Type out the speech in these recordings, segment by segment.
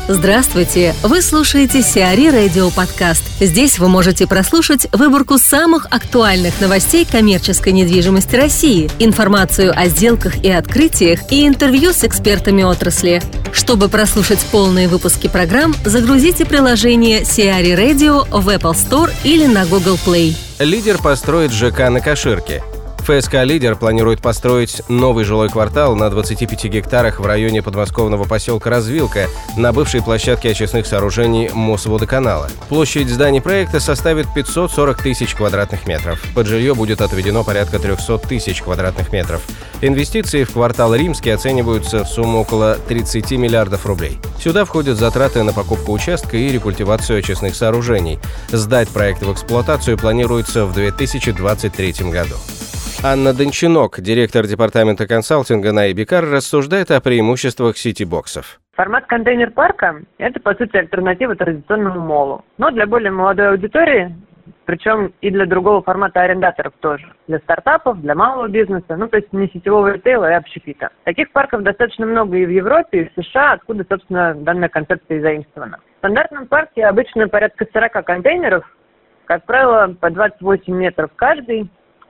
Здравствуйте! Вы слушаете Сиари Радио Подкаст. Здесь вы можете прослушать выборку самых актуальных новостей коммерческой недвижимости России, информацию о сделках и открытиях и интервью с экспертами отрасли. Чтобы прослушать полные выпуски программ, загрузите приложение Сиари Radio в Apple Store или на Google Play. Лидер построит ЖК на Каширке. ФСК «Лидер» планирует построить новый жилой квартал на 25 гектарах в районе подмосковного поселка Развилка на бывшей площадке очистных сооружений Мосводоканала. Площадь зданий проекта составит 540 тысяч квадратных метров. Под жилье будет отведено порядка 300 тысяч квадратных метров. Инвестиции в квартал Римский оцениваются в сумму около 30 миллиардов рублей. Сюда входят затраты на покупку участка и рекультивацию очистных сооружений. Сдать проект в эксплуатацию планируется в 2023 году. Анна Дончинок, директор департамента консалтинга на IBCAR, рассуждает о преимуществах сити-боксов. Формат контейнер-парка – это, по сути, альтернатива традиционному молу. Но для более молодой аудитории, причем и для другого формата арендаторов тоже. Для стартапов, для малого бизнеса, то есть не сетевого ритейла и общепита. Таких парков достаточно много и в Европе, и в США, откуда, собственно, данная концепция и заимствована. В стандартном парке обычно порядка 40 контейнеров, как правило, по 28 метров каждый.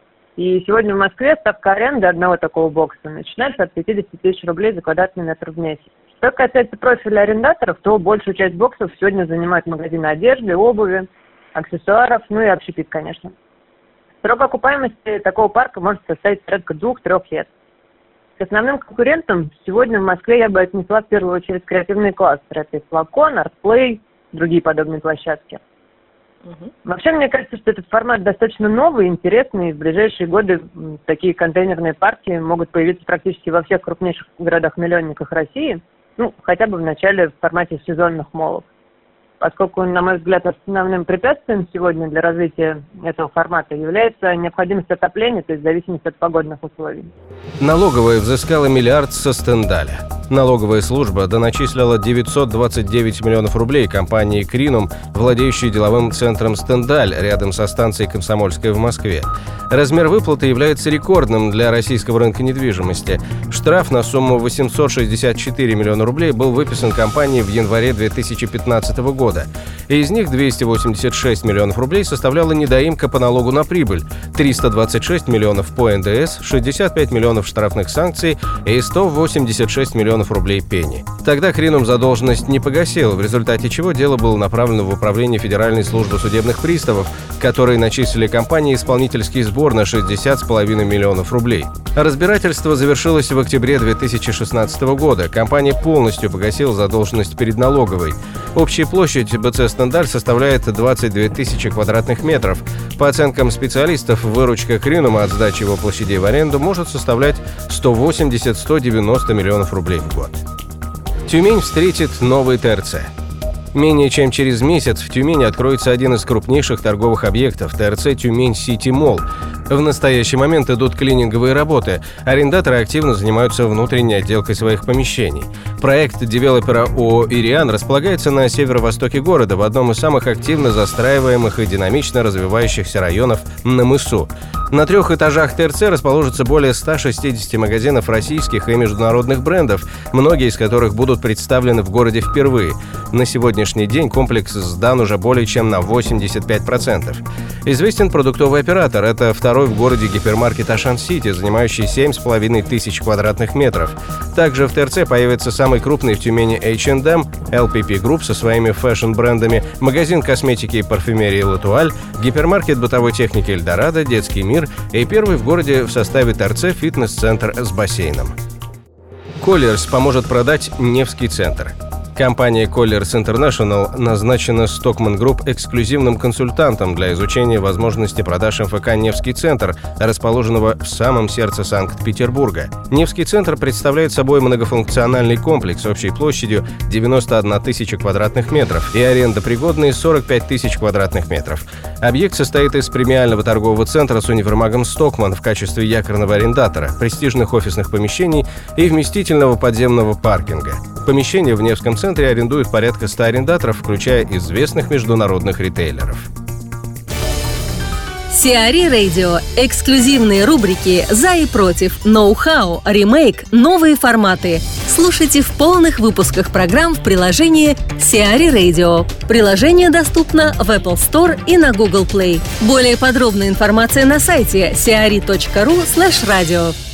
И сегодня в Москве ставка аренды одного такого бокса начинается от 50 тысяч рублей за квадратный метр в месяц. Что касается профиля арендаторов, то большую часть боксов сегодня занимают магазины одежды, обуви, аксессуаров, и общепит, конечно. Срок окупаемости такого парка может составить порядка 2-3 лет. К основным конкурентам сегодня в Москве я бы отнесла в первую очередь креативные кластеры. Это Флакон, Артплей, другие подобные площадки. Вообще, мне кажется, что этот формат достаточно новый, интересный. В ближайшие годы такие контейнерные парки могут появиться практически во всех крупнейших городах-миллионниках России, хотя бы в начале в формате сезонных молов. Поскольку, на мой взгляд, основным препятствием сегодня для развития этого формата является необходимость отопления, то есть зависимость от погодных условий. Налоговая взыскала миллиард со Стендаля. Налоговая служба доначислила 929 миллионов рублей компании «Кринум», владеющей деловым центром «Стендаль» рядом со станцией «Комсомольская» в Москве. Размер выплаты является рекордным для российского рынка недвижимости. Штраф на сумму 864 миллиона рублей был выписан компанией в январе 2015 года. Из них 286 миллионов рублей составляла недоимка по налогу на прибыль, 326 миллионов по НДС, 65 миллионов штрафных санкций и 186 миллионов рублей пени. Тогда «Кринум» задолженность не погасил, в результате чего дело было направлено в управление Федеральной службы судебных приставов, которые начислили компании исполнительский сбор на 60,5 миллионов рублей. Разбирательство завершилось в октябре 2016 года. Компания полностью погасила задолженность перед налоговой. Общая площадь БЦ «Стендаль» составляет 22 тысячи квадратных метров. По оценкам специалистов, выручка «Кринума» от сдачи его площадей в аренду может составлять 180-190 миллионов рублей в год. Тюмень встретит новый ТРЦ. Менее чем через месяц в Тюмени откроется один из крупнейших торговых объектов – ТРЦ «Тюмень Сити Молл». В настоящий момент идут клининговые работы. Арендаторы активно занимаются внутренней отделкой своих помещений. Проект девелопера ООО «Ириан» располагается на северо-востоке города, в одном из самых активно застраиваемых и динамично развивающихся районов на мысу. На 3 этажах ТРЦ расположится более 160 магазинов российских и международных брендов, многие из которых будут представлены в городе впервые. На сегодняшний день комплекс сдан уже более чем на 85%. Известен продуктовый оператор. Это второй в городе гипермаркет «Ашан-Сити», занимающий 7,5 тысяч квадратных метров. Также в ТРЦ появится самый крупный в Тюмени H&M, LPP Group со своими фэшн-брендами, магазин косметики и парфюмерии «Латуаль», гипермаркет бытовой техники «Эльдорадо», «Детский мир» и первый в городе в составе ТРЦ фитнес-центр с бассейном. Colliers поможет продать Невский центр. Компания Colliers International назначена Stockmann Group эксклюзивным консультантом для изучения возможности продаж МФК «Невский центр», расположенного в самом сердце Санкт-Петербурга. Невский центр представляет собой многофункциональный комплекс общей площадью 91 тысяча квадратных метров и арендопригодные 45 тысяч квадратных метров. Объект состоит из премиального торгового центра с универмагом Stockmann в качестве якорного арендатора, престижных офисных помещений и вместительного подземного паркинга. Помещения в Невском центре арендуют порядка 100 арендаторов, включая известных международных ритейлеров. Сиари Radio. Эксклюзивные рубрики «За и против», «Ноу-хау», «Ремейк», «Новые форматы». Слушайте в полных выпусках программ в приложении Сиари Radio. Приложение доступно в Apple Store и на Google Play. Более подробная информация на сайте siari.ru/radio.